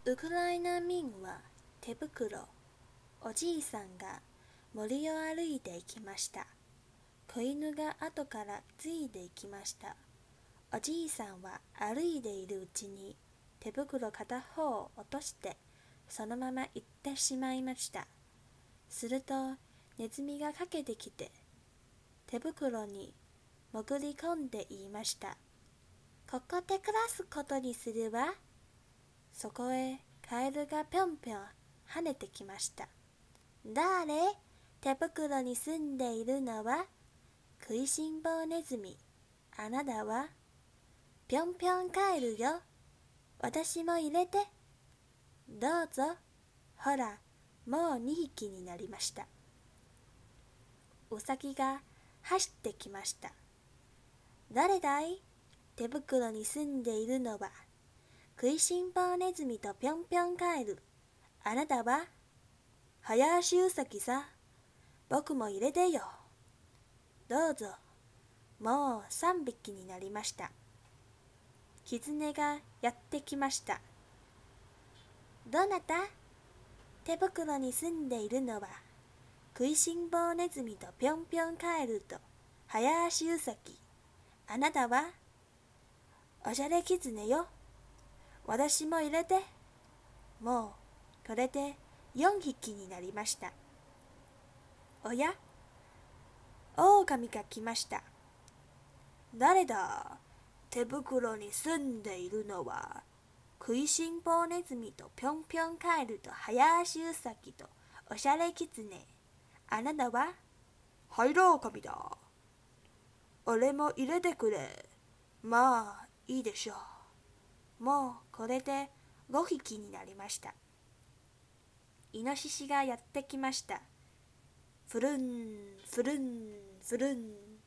ウクライナ民は手袋。おじいさんが森を歩いていきました。子犬が後からついていきました。おじいさんは歩いているうちに手袋片方を落としてそのまま行ってしまいました。するとネズミがかけてきて手袋に潜り込んで言いました。ここで暮らすことにするわ。そこへカエルがぴょんぴょん跳ねてきました。誰？手袋に住んでいるのは食いしん坊ネズミ。あなたはぴょんぴょんカエルよ。私も入れて。どうぞ。ほら、もう2匹になりました。ウサギが走ってきました。誰だい？手袋に住んでいるのは食いしん坊ネズミとぴょんぴょんカエル。あなたは林ウサギさ。僕も入れてよ。どうぞ。もう3匹になりました。キツネがやってきました。どなた？手袋に住んでいるのは食いしん坊ネズミとぴょんぴょんカエルと林ウサギ。あなたはおしゃれキツネよ。私も入れて。もうこれで4匹になりました。おや？狼が来ました。誰だ？手袋に住んでいるのは食いしん坊ネズミとぴょんぴょんカエルと林ウサギとおしゃれキツネ。あなたは？ はい、狼だ。俺も入れてくれ。まあいいでしょう。 もうこれで5匹になりました。イノシシがやってきました。ふるんふるんふるん。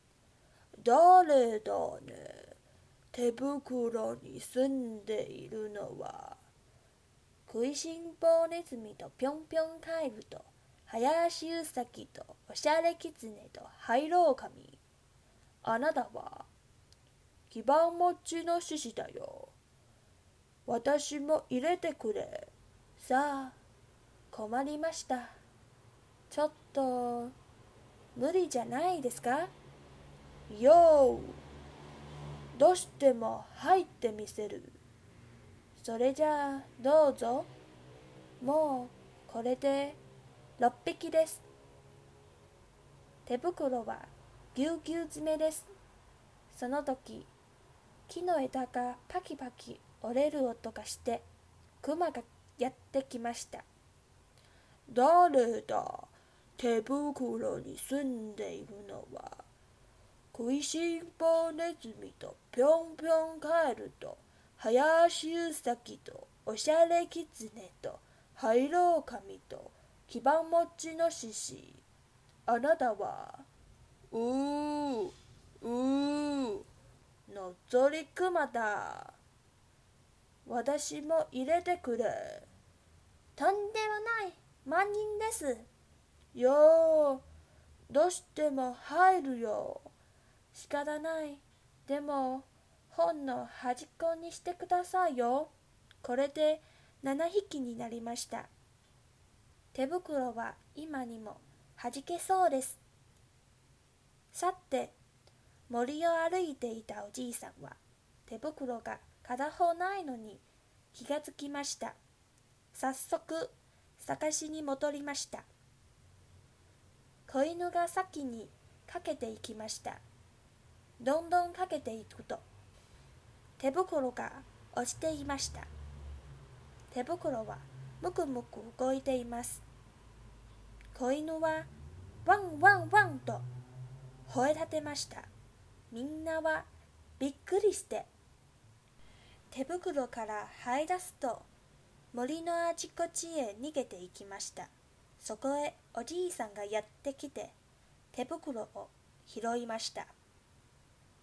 誰だね。手袋に住んでいるのは食いしん坊ネズミとぴょんぴょんカエルと林ウサギとおしゃれキツネとハイロウカミ。 あなたは基盤持ちの獅子だよ。私も入れてくれ。 さあ、困りました。ちょっと無理じゃないですか？ よう、どうしても入ってみせる。 それじゃあどうぞ。もうこれで6匹です。手袋はぎゅうぎゅう詰めです。その時、木の枝がパキパキ折れる音がしてクマがやってきました。 誰だ？手袋に住んでいるのは食いしん坊ネズミとぴょんぴょんカエルと林ウサギとおしゃれキツネとハイロウカミと基盤持ちの獅子。あなたはのぞりクマだ。私も入れてくれ。 とんでもない。万人です。 よう、どうしても入るよ。 仕方ない。でも本の端っこにしてくださいよ。これで7匹になりました。手袋は今にもはじけそうです。さて、森を歩いていたおじいさんは手袋が片方ないのに気がつきました。早速探しに戻りました。子犬が先にかけていきました。どんどんかけていくと手袋が落ちていました。手袋はむくむく動いています。子犬はワンワンワンと吠え立てました。みんなはびっくりして手袋から這い出すと森のあちこちへ逃げていきました。そこへおじいさんがやってきて手袋を拾いました。